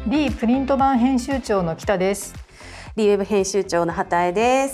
リープリント版編集長の北です。 リーウェブ編集長の畑江です。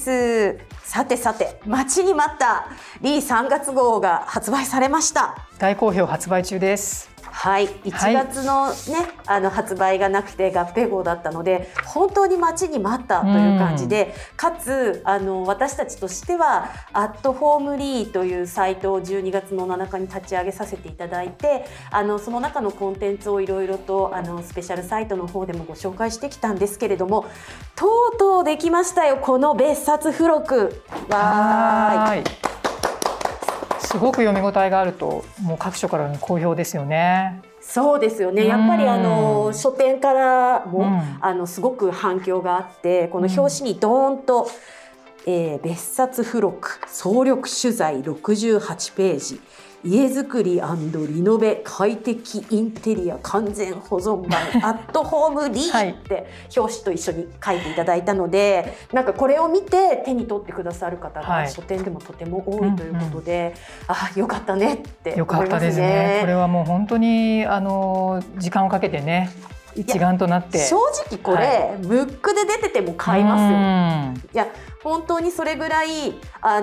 さてさて、待ちに待ったリー3月号が発売されました。 大好評発売中です。 はい、1月のね、発売がなくて合併号だったので本当に待ちに待ったという感じで、かつ私たちとしてはアットホームリーというサイトを12月の7日に立ち上げさせていただいて、その中のコンテンツをいろいろとスペシャルサイトの方でもご紹介してきたんですけれども、とうとうできましたよ、この別冊付録。わーい、 すごく読み応えがあるともう各所からの好評ですよね。 そうですよね。やっぱり書店からも、すごく反響があって、この表紙にドーンと、別冊付録総力取材68ページ、家づくり&リノベ快適インテリア完全保存版アットホームリーって表紙と一緒に書いていただいたので、なんかこれを見て手に取ってくださる方が書店でもとても多いということで、よかったねって思いますね。 よかったですね。これはもう本当に時間をかけてね、一丸となって、 正直これ、ムックで出てても買いますよ。いや本当にそれぐらい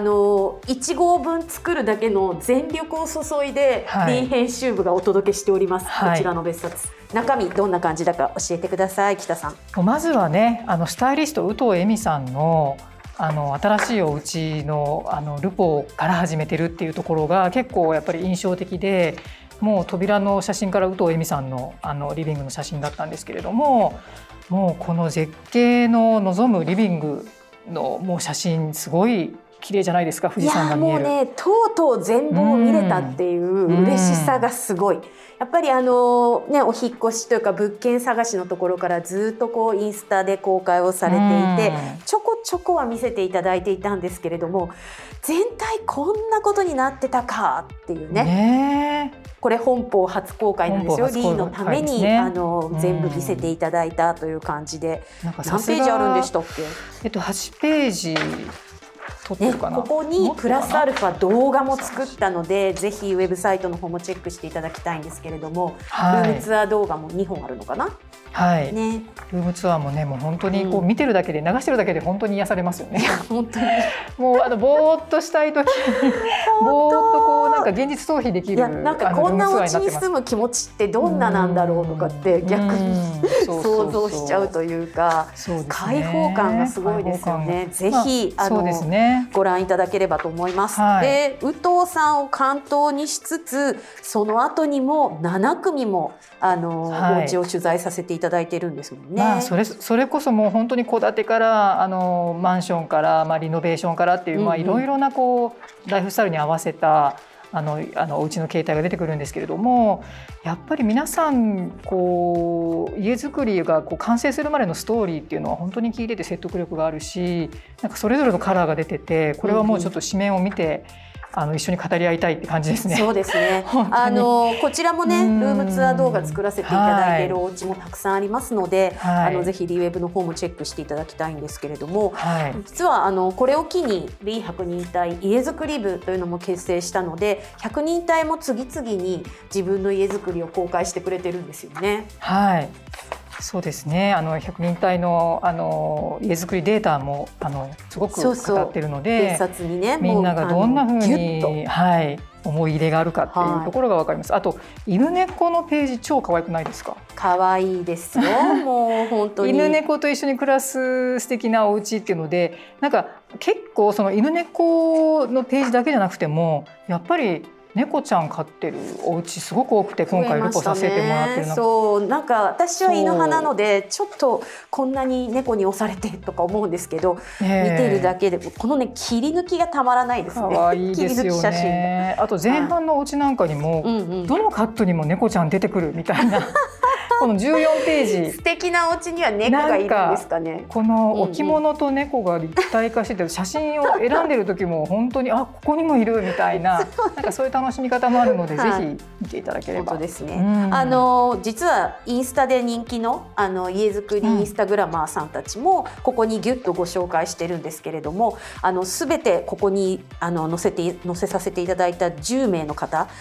1号分作るだけの全力を注いで、リー編集部がお届けしております、こちらの別冊。中身どんな感じだか教えてください、北さん。 まずはね、スタイリスト宇藤恵美さんの新しいお家のルポから始めてるっていうところが結構やっぱり印象的で、もう扉の写真から宇藤恵美さんのリビングの写真だったんですけれども、もうこの絶景の望むリビングのもう写真すごい綺麗じゃないですか。富士山が見える。 いやもうね、とうとう全貌を見れたっていう嬉しさがすごい。やっぱりお引っ越しというか物件探しのところからずっとこうインスタで公開をされていて、ちょこちょこは見せていただいていたんですけれども、全体こんなことになってたかっていうね。これ本邦初公開なんですよ。リーのために全部見せていただいたという感じで。何ページあるんでしたっけ ？8ページここにプラスアルファ動画も作ったので、ぜひウェブサイトの方もチェックしていただきたいんですけれども、ルームツアー動画も2本あるのかな。 はいね、ルームツアーもね、もう本当にこう見てるだけで、流してるだけで本当に癒されますよね。 本当にもうぼーっとしたい時にぼーっとこうなんか現実逃避できる。 なんかこんなお家に住む気持ちってどんななんだろうとかって逆に想像しちゃうというか、開放感がすごいですよね。ぜひご覧いただければと思います。で、宇藤さんを関東にしつつ、その後にも7組もお家を取材させていただいてるんですもんね。 それこそもう本当に戸建てからマンションから、リノベーションからっていう、いろいろなこうライフスタイルに合わせたお家の形態が出てくるんですけれども、やっぱり皆さんこう家づくりがこう完成するまでのストーリーっていうのは本当に聞いてて説得力があるし、なんかそれぞれのカラーが出てて、これはもうちょっと紙面を見て一緒に語り合いたいって感じですね。 そうですね。こちらもね、ルームツアー動画作らせていただいているお家もたくさんありますので、ぜひリーウェブの方もチェックしていただきたいんですけれども、実はこれを機にリー100人隊家づくり部というのも結成したので、100人隊も次々に自分の家づくりを公開してくれてるんですよね。 はい。そうですね。100人隊の家づくりデータもすごく語っているので、 別冊にね、 みんながどんな風に思い入れがあるかっていうところが分かります。あと犬猫のページ超可愛くないですか？ 可愛いですよ。もう本当に犬猫と一緒に暮らす素敵なお家っていうので、なんか結構その犬猫のページだけじゃなくても、やっぱり猫ちゃん飼ってるお家すごく多くて、今回ルポさせてもらってるの。 そう、なんか私は犬派なのでちょっとこんなに猫に押されてとか思うんですけど、見てるだけでこのね切り抜きがたまらないですね。 可愛いですよね。あと前半のお家なんかにも、どのカットにも猫ちゃん出てくるみたいな。この14ページ、 素敵なお家には猫がいるんですかね。 この置物と猫が立体化してて、写真を選んでる時も本当にここにもいるみたいな、なんかそういう楽しみ方もあるので、ぜひ見ていただければ。 本当ですね。実はインスタで人気の家づくりインスタグラマーさんたちもここにギュッとご紹介してるんですけれども、すべてここに載せさせていただいた10名の方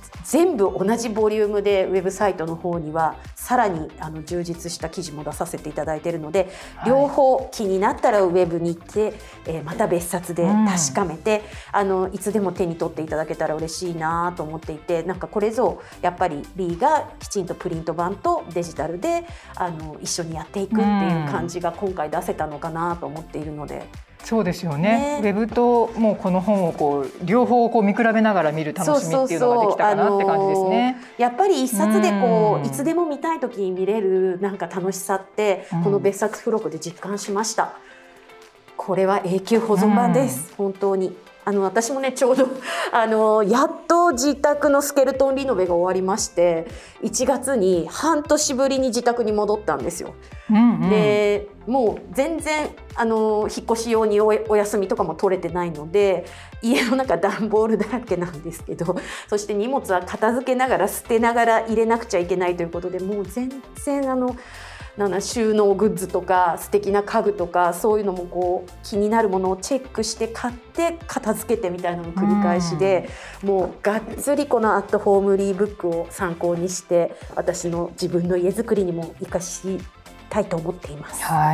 全部同じボリュームでウェブサイトの方にはさらに充実した記事も出させていただいているので、両方気になったらウェブに行って、また別冊で確かめて、いつでも手に取っていただけたら嬉しいなと思っていて、なんかこれぞやっぱり B がきちんとプリント版とデジタルで一緒にやっていくっていう感じが今回出せたのかなと思っているので。 そうですよね。ウェブともうこの本を両方を見比べながら見る楽しみっていうのができたかなって感じですね。 やっぱり一冊でいつでも見たい時に見れるなんか楽しさって、この別冊付録で実感しました。これは永久保存版です、本当に。私もねちょうどやっと自宅のスケルトンリノベが終わりまして、1月に半年ぶりに自宅に戻ったんですよ。でもう全然引っ越し用にお休みとかも取れてないので、家の中段ボールだらけなんですけど、そして荷物は片付けながら捨てながら入れなくちゃいけないということで、もう全然収納グッズとか素敵な家具とかそういうのも気になるものをチェックして買って片付けてみたいなの繰り返しで、もうがっつりこのアットホームリーブックを参考にして私の自分の家づくりにも生かしたいと思っています。はい、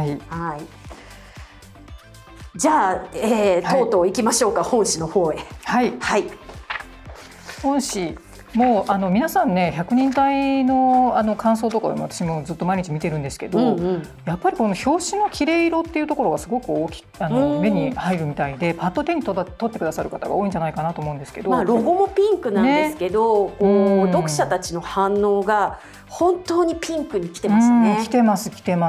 じゃあ、とうとう行きましょうか、本誌の方へ。 本誌もう皆さんね、100人隊の感想とか私もずっと毎日見てるんですけど、やっぱりこの表紙の綺麗色っていうところがすごく目に入るみたいで、パッと手に取ってくださる方が多いんじゃないかなと思うんですけど、 ロゴもピンクなんですけど、読者たちの反応が本当にピンクに来てましたね。 来てます。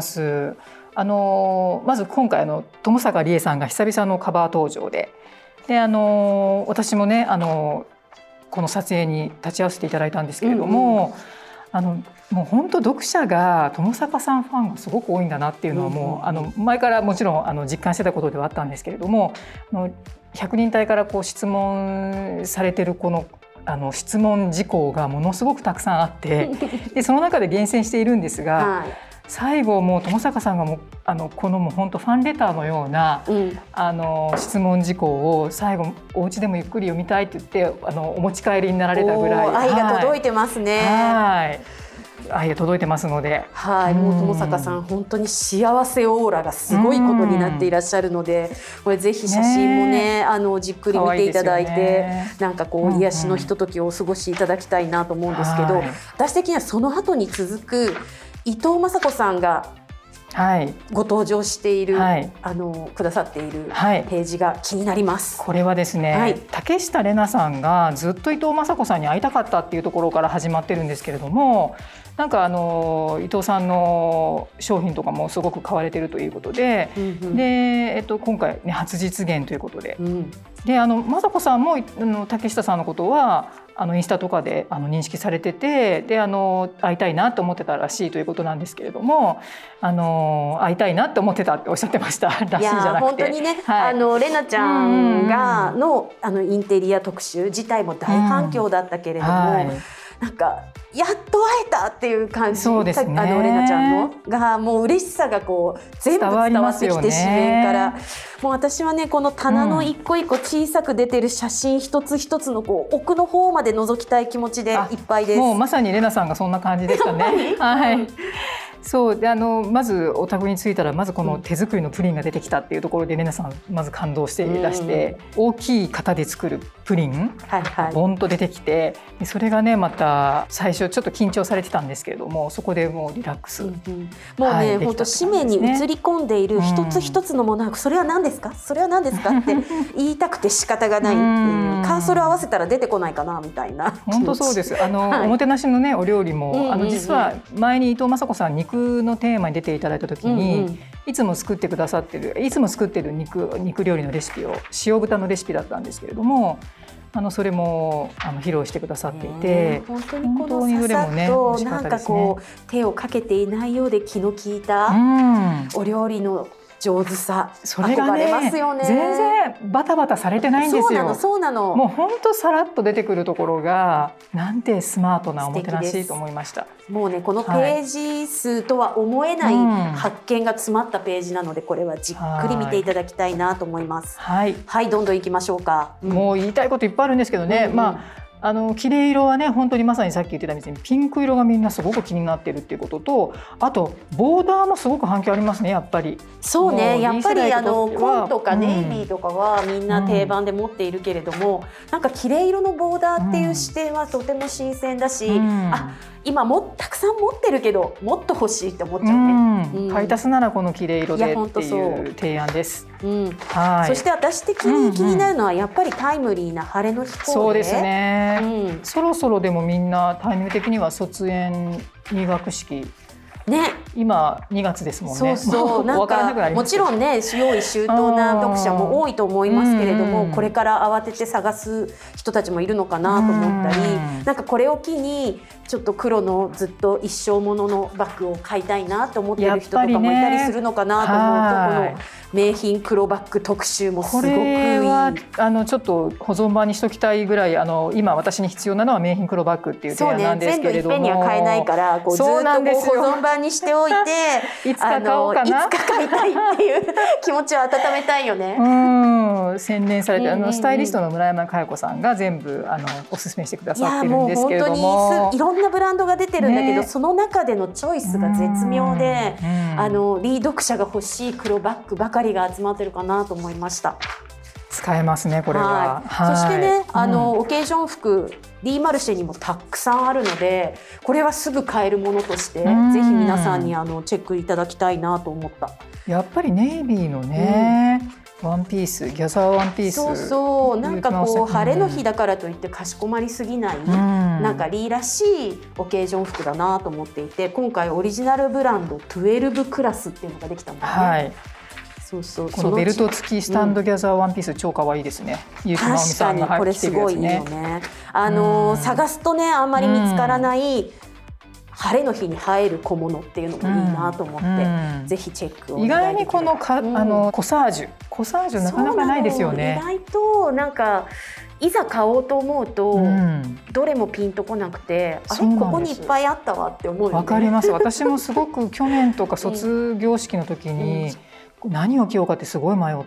まず今回友坂理恵さんが久々のカバー登場で、私もねこの撮影に立ち会わせていただいたんですけれども、もう本当読者が友坂さんファンがすごく多いんだなっていうのはもう前からもちろん実感してたことではあったんですけれども、100人隊から質問されてるこの質問事項がものすごくたくさんあってでその中で厳選しているんですが、最後もう友坂さんがこのもう本当ファンレターのような、質問事項を最後お家でもゆっくり読みたいって言ってお持ち帰りになられたぐらい愛が届いてますね。 愛が届いてますので、 もう友坂さん本当に幸せオーラがすごいことになっていらっしゃるので、これぜひ写真もねじっくり見ていただいて、なんか癒しのひとときをお過ごしいただきたいなと思うんですけど、私的にはその後に続く伊藤雅子さんがご登場している、くださっているページが気になります。 これはですね、竹下玲奈さんがずっと伊藤雅子さんに会いたかったっていうところから始まってるんですけれども、なんか伊藤さんの商品とかもすごく買われてるということで、で、今回、ね、初実現ということで、で雅子さんも竹下さんのことはインスタとかで認識されてて、で会いたいなと思ってたらしいということなんですけれども、会いたいなって思ってたっておっしゃってましたらしいじゃなくて、いや本当にね、玲奈ちゃんがのインテリア特集自体も大反響だったけれども、なんかやっと会えたっていう感じ、 そうですね、 玲奈ちゃんのがもう嬉しさが全部伝わってきて、紙面からもう私はねこの棚の一個一個小さく出てる写真一つ一つの奥の方まで覗きたい気持ちでいっぱいです。 もうまさに玲奈さんがそんな感じでしたね。そうでまずお宅に着いたらまずこの手作りのプリンが出てきたっていうところで玲奈さんまず感動していらして、大きい型で作るプリンがボンと出てきて、それがねまた最初ちょっと緊張されてたんですけれども、そこでもうリラックス、もうね本当紙面に映り込んでいる一つ一つのものはそれは何ですかそれは何ですかって言いたくて仕方がないっていう、カーソル合わせたら出てこないかなみたいな。 本当そうです。おもてなしのねお料理も実は前に伊藤雅子さん肉のテーマに出ていただいた時に、いつも作ってる肉料理のレシピを塩豚のレシピだったんですけれども、それも披露してくださっていて、 本当にこのささっとなんか手をかけていないようで気の利いたお料理の上手さ、 それがね全然バタバタされてないんですよ。 そうなの。 もう本当さらっと出てくるところがなんてスマートなおもてなしいと思いました。 もうねこのページ数とは思えない発見が詰まったページなので、これはじっくり見ていただきたいなと思います。はい、どんどん行きましょうか。 もう言いたいこといっぱいあるんですけどね、 きれい色はね本当にまさにさっき言ってたみたいにピンク色がみんなすごく気になってるっていうことと、あとボーダーもすごく反響ありますねやっぱり。 そうね、やっぱり紺とかネイビーーとかはみんな定番で持っているけれども、なんかきれい色のボーダーっていう視点はとても新鮮だし、今もたくさん持ってるけどもっと欲しいって思っちゃうね。 買い足すならこのきれい色でっていう提案です。 そして私的に気になるのはやっぱりタイムリーな晴れの日コーデ。 そうですね、そろそろでもみんなタイミング的には卒園入学式ね、今2月ですもんね。 なんかもちろんね用意周到な読者も多いと思いますけれども、これから慌てて探す人たちもいるのかなと思ったり、なんかこれを機にちょっと黒のずっと一生もののバッグを買いたいなと思ってる人とかもいたりするのかなと思うと、この名品黒バッグ特集もすごくいい。これはちょっと保存版にしときたいぐらい今私に必要なのは名品黒バッグっていう提案なんですけれども、 全部いっぺんには買えないからずっと保存版にしておいていつか買おうかな、 いつか買いたいっていう気持ちを温めたいよね。 洗練されてスタイリストの村山佳代子さんが全部おすすめしてくださってるんですけれども、 本当にいろんなブランドが出てるんだけど、その中でのチョイスが絶妙で、リー読者が欲しい黒バッグばかりが集まってるかなと思いました。 使えますねこれは。 そしてね、オケージョン服リーマルシェにもたくさんあるので、これはすぐ買えるものとしてぜひ皆さんにチェックいただきたいなと思った。 やっぱりネイビーのね、ワンピース、ギャザーワンピース、 なんかこう晴れの日だからといってかしこまりすぎない、なんかリーらしいオケージョン服だなと思っていて、今回オリジナルブランド12クラスっていうのができたんだよね。 このベルト付きスタンドギャザーワンピース超可愛いですね。 確かにこれすごいいいよね。探すとねあんまり見つからない晴れの日に映える小物っていうのもいいなと思って、ぜひチェックを。 意外にこのコサージュなかなかないですよね。 意外となんかいざ買おうと思うと、どれもピンとこなくて、あれここにいっぱいあったわって思うよね。 わかります。私もすごく去年とか卒業式の時に何を着ようかってすごい迷って、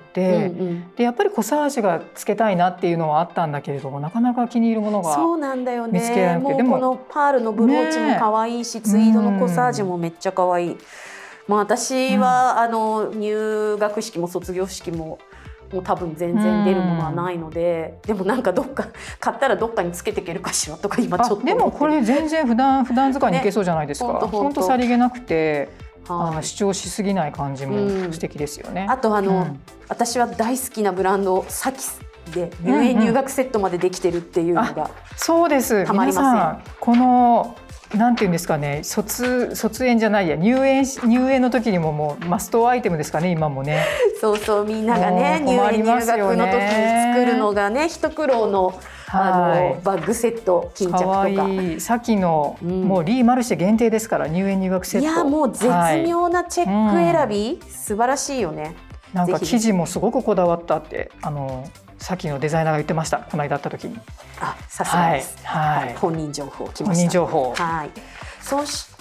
でやっぱりコサージュがつけたいなっていうのはあったんだけれども、なかなか気に入るものが見つけられなくて、 でもこのパールのブローチも可愛いし、ツイードのコサージュもめっちゃ可愛い。私は入学式も卒業式も多分全然出るものはないので、でもなんかどっか買ったらどっかにつけていけるかしらとか今ちょっと。 でもこれ全然普段使いにいけそうじゃないですか。本当さりげなくて主張しすぎない感じも素敵ですよね。 あと私は大好きなブランドサキスで入園入学セットまでできてるっていうのがそうです。 たまりません。 このなんていうんですかね、卒園じゃないや入園の時にももうマストアイテムですかね今もね。 そうみんながね入園入学の時に作るのがね一苦労のバッグセット、巾着とか。かわいい。さっきのもうリーマルシェ限定ですから入園入学セット。 いやもう絶妙なチェック選び、素晴らしいよね。 なんか生地もすごくこだわったってさっきのデザイナーが言ってました。この間会った時に。 さすがです。本人情報来ました。 本人情報。 そして、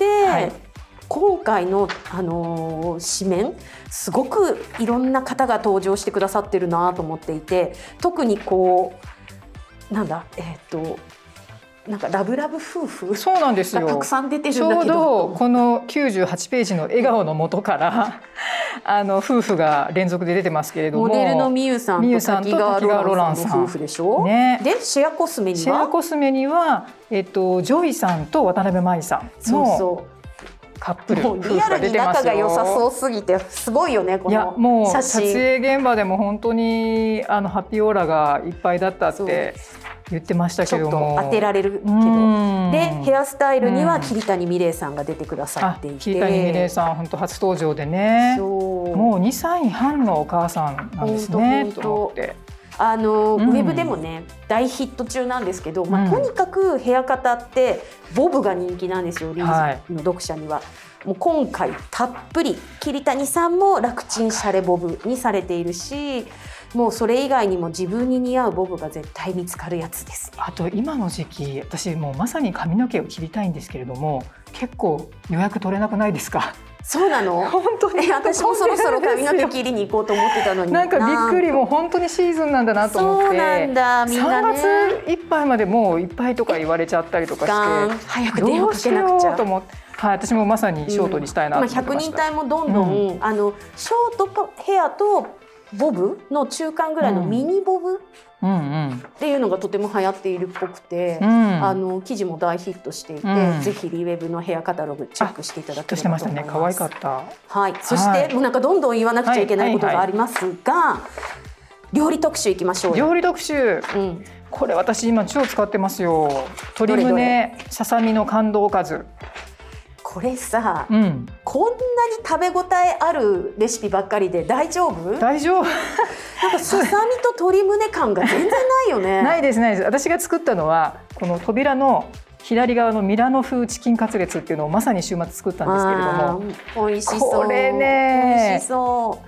今回の紙面すごくいろんな方が登場してくださってるなと思っていて、特にこうなんかラブラブ夫婦そうなんですよがたくさん出てるんだけど、 ちょうどこの98ページの笑顔の元から夫婦が連続で出てますけれども、 モデルのみゆさんと滝川ロランさんの夫婦でしょ、でシェアコスメにはジョイさんと渡辺舞さんのカップル夫婦リアルに仲が良さそうすぎてすごいよねこの写真。 もう撮影現場でも本当にハッピーオーラがいっぱいだったって言ってましたけども、 ちょっと当てられるけど、でヘアスタイルには桐谷美玲さんが出てくださっていて、 桐谷美玲さん本当初登場でね、もう2歳半のお母さんなんですねと思って。 ウェブでもね大ヒット中なんですけど、とにかくヘアカタってボブが人気なんですよ、リーズの読者には。もう今回たっぷり桐谷さんも楽ちんシャレボブにされているし、もうそれ以外にも自分に似合うボブが絶対見つかるやつですね。 あと今の時期私もうまさに髪の毛を切りたいんですけれども、結構予約取れなくないですか？ そうなの？ 本当に私もそろそろ髪の毛切りに行こうと思ってたのに。 なんかびっくり、もう本当にシーズンなんだなと思って。 そうなんだ、みんなね。 3月いっぱいまでもういっぱいとか言われちゃったりとかして、 早く電話かけなくちゃと思って、はい、私もまさにショートにしたいなと思ってました。 100人隊もどんどん、ショートヘアとボブの中間ぐらいのミニボブっていうのがとても流行っているっぽくて、生地も大ヒットしていて、ぜひリウェブのヘアカタログチェックしていただければと思います。 可愛かった。 はい、そして、もうなんかどんどん言わなくちゃいけないことがありますが、料理特集いきましょうよ。 料理特集、これ私今超使ってますよ。鶏胸ささみの感動おかず。 これさ、こんなに食べ応えあるレシピばっかりで大丈夫？ 大丈夫。 なんかささみと鶏胸感が全然ないよね。 ないですないです。私が作ったのはこの扉の左側のミラノ風チキンカツレツっていうのをまさに週末作ったんですけれども、 美味しそう。 これね、 美味しそう。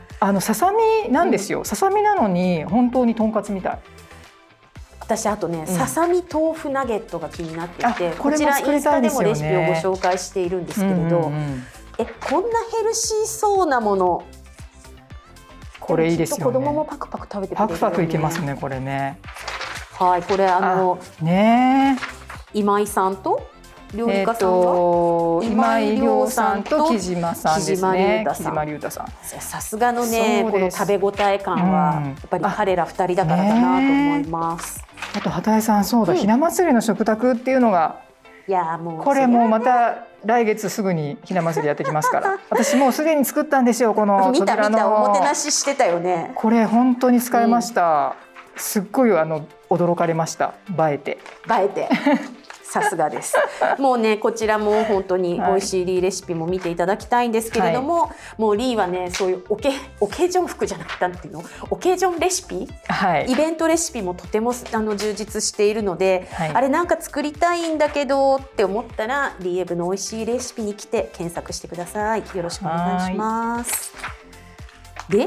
ささみなんですよ。ささみなのに本当にとんかつみたい。 私あとね、ささみ豆腐ナゲットが気になっていて、 こちらインスタでもレシピをご紹介しているんですけれど、こんなヘルシーそうなもの、 これいいですよね。 子供もパクパク食べてくれるよね。 パクパクいけますね、これね。 はい、これね、 今井さんと料理家さんは、 今井亮さんと木島さんですね。 木島隆太さん。 さすがのね、この食べ応え感はやっぱり彼ら2人だからだなと思います。 あと畑井さん、そうだ、ひな祭りの食卓っていうのが、いやもうこれもうまた来月すぐにひな祭りやってきますから私もうすでに作ったんですよ。この見たおもてなししてたよね。 これ本当に使いました、すっごい驚かれました。映えてさすがです。もうね、こちらも本当に美味しいリーレシピも見ていただきたいんですけれども、もうリーはね、そういうオケージョン服じゃなくて、なんていうの、オケージョンレシピ、イベントレシピもとても充実しているので、あれなんか作りたいんだけどって思ったら、リーエブの美味しいレシピに来て検索してください。よろしくお願いします。で、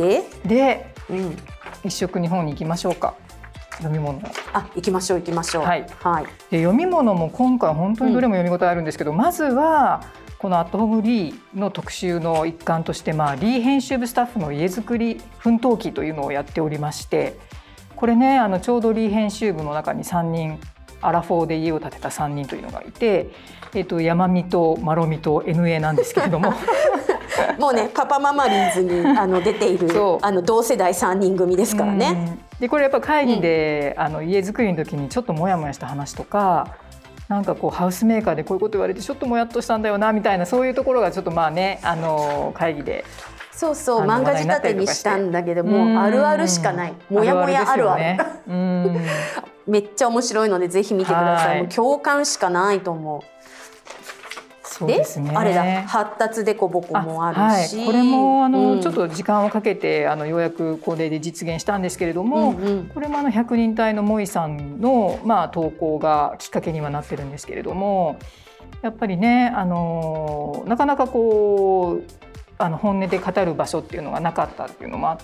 一食日本に行きましょうか。読み物、 行きましょう。 で読み物も今回本当にどれも読み応えあるんですけど、まずはこのアットホームリーの特集の一環として、リー編集部スタッフの家づくり奮闘記というのをやっておりまして、これね、ちょうどリー編集部の中に3人アラフォーで家を建てた3人というのがいて、山見とまろみと NA なんですけれどももうね、パパママリーズに出ている同世代3人組ですからね。 でこれやっぱ会議で、家づくりの時にちょっとモヤモヤした話とか、なんかこうハウスメーカーでこういうこと言われてちょっともやっとしたんだよなみたいな、そういうところがちょっと会議で漫画仕立てにしたんだけども、あるあるしかない、もやもやあるあるめっちゃ面白いのでぜひ見てください。もう共感しかないと思う。で、あれだ、発達デコボコもあるし、 これもちょっと時間をかけてようやくこれで実現したんですけれども、これも100人隊のモイさんの投稿がきっかけにはなってるんですけれども、やっぱりね、なかなかこう本音で語る場所っていうのがなかったっていうのもあって、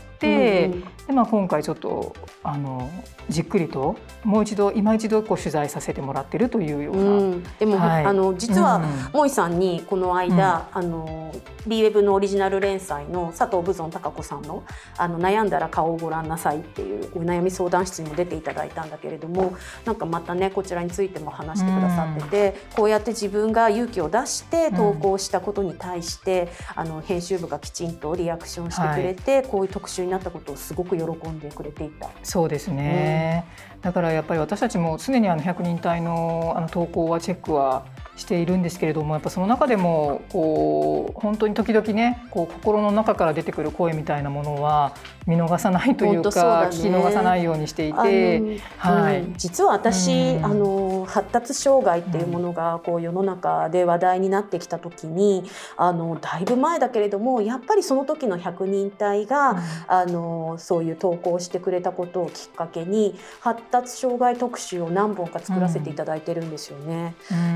で今回ちょっとじっくりともう一度今一度取材させてもらってるというような、 でも、実はモイさんにこの間、リーウェブのオリジナル連載の佐藤武尊孝子さんの悩んだら顔をご覧なさいっていうお悩み相談室にも出ていただいたんだけれども、なんかまたね、こちらについても話してくださってて、こうやって自分が勇気を出して投稿したことに対して、編集部がきちんとリアクションしてくれて、こういう特集になったことをすごく喜んでくれていた。 そうですね、だからやっぱり私たちも常に100人隊の投稿はチェックはしているんですけれども、やっぱその中でもこう本当に時々ね、こう心の中から出てくる声みたいなものは見逃さないというか、聞き逃さないようにしていて、 実は私、発達障害っていうものがこう世の中で話題になってきた時に、だいぶ前だけれども、やっぱりその時の100人隊が、そういう投稿をしてくれたことをきっかけに発達障害特集を何本か作らせていただいてるんですよね。だからやっ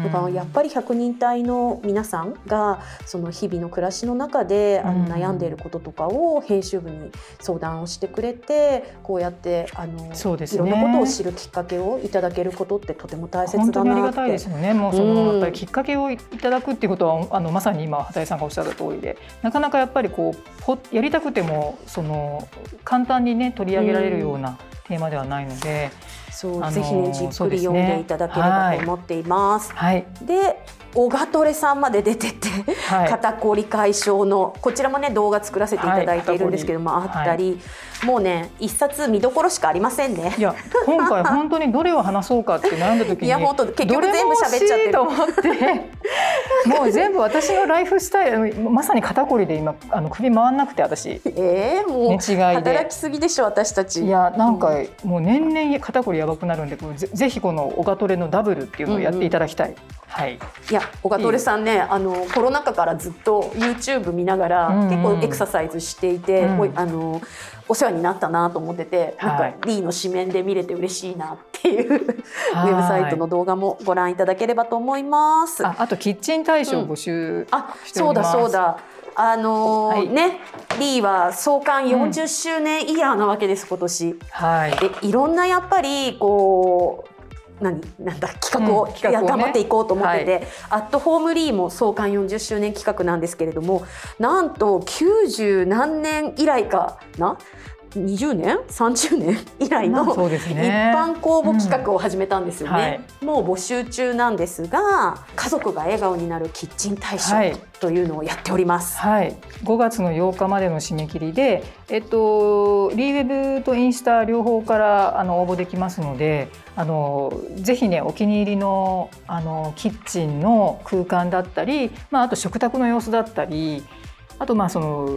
ぱり100人隊の皆さんがその日々の暮らしの中で悩んでいることとかを編集部に相談をしてくれて、こうやってそうですね、 いろんなことを知るきっかけをいただけることってとても大切だなって。 本当にありがたいですよね。もうそのやっぱりきっかけをいただくっていうことはまさに今畑井さんがおっしゃった通りで、なかなかやっぱりこうやりたくてもその簡単にね取り上げられるようなテーマではないので、 そうぜひねじっくり読んでいただければと思っています。 はい、 でオガトレさんまで出てて、はい、肩こり解消のこちらもね動画作らせていただいているんですけども、あったり、もうね一冊見どころしかありませんね。 いや今回本当にどれを話そうかって悩んだ時にいや本当結局全部喋っちゃってると思ってもう全部私のライフスタイル、まさに肩こりで今首回んなくて、私もう働きすぎでしょ私たち。 いやなんか、もう年々肩こりやばくなるんで、ぜひこのオガトレのダブルっていうのをやっていただきたい。はい、 いやオガトレさんねコロナ禍からずっと YouTube 見ながら、結構エクササイズしていて、お世話になったなと思ってて、なんかリーの紙面で見れて嬉しいなっていうウェブサイトの動画もご覧いただければと思います。 あとキッチン大賞募集しております。 そうだね、リーは創刊40周年イヤーなわけです、今年。でいろんなやっぱりこうなんだ企画を頑張っていこうと思ってて、アットホームリーも創刊40周年企画なんですけれども、なんと90何年以来かな、20年30年以来の一般公募企画を始めたんですよね。もう募集中なんですが、家族が笑顔になるキッチン大賞というのをやっております。 5月の8日までの締め切りで、リーウェブとインスタ両方から応募できますので、ぜひねお気に入りのキッチンの空間だったり、あと食卓の様子だったり、あとその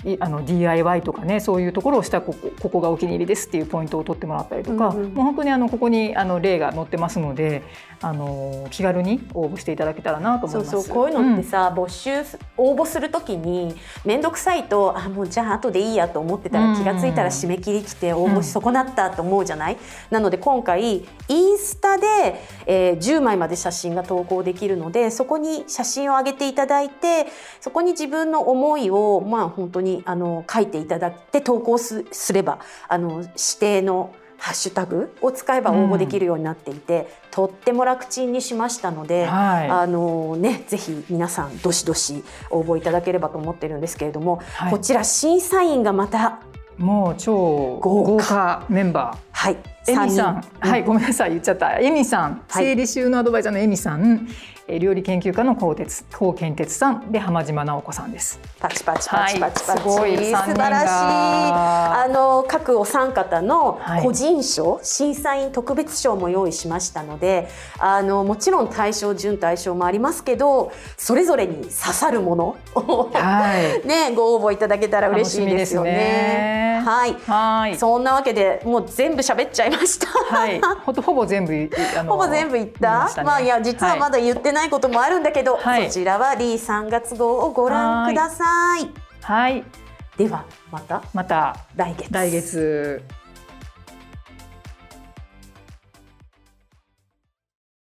DIY とかね、そういうところをしたここがお気に入りですっていうポイントを取ってもらったりとか、もう本当にここに例が載ってますので、気軽に応募していただけたらなと思います。 こういうのってさ、応募するときに面倒くさいともうじゃあ後でいいやと思ってたら、気がついたら締め切り来て応募し損なったと思うじゃない。なので今回インスタで、10枚まで写真が投稿できるので、そこに写真を上げていただいて、そこに自分の思いを本当に書いていただいて投稿すれば指定のハッシュタグを使えば応募できるようになっていて、とっても楽ちんにしましたので、ぜひ皆さんどしどし応募いただければと思ってるんですけれども、こちら審査員がまたもう超豪華メンバー。エミさん、ごめんなさい言っちゃった。エミさん、整理収納アドバイザーのエミさん、料理研究家の高健哲さんで、浜島直子さんです。 パチパチパチパチパチ、素晴らしい。各お三方の個人賞、審査員特別賞も用意しましたので、もちろん大賞準大賞もありますけど、それぞれに刺さるものをご応募いただけたら嬉しいですよね。そんなわけでもう全部喋っちゃいました。 ほぼ全部言った。 いや実はまだ言ってないこともあるんだけど、そちらはリー3月号をご覧ください。ではまた来月。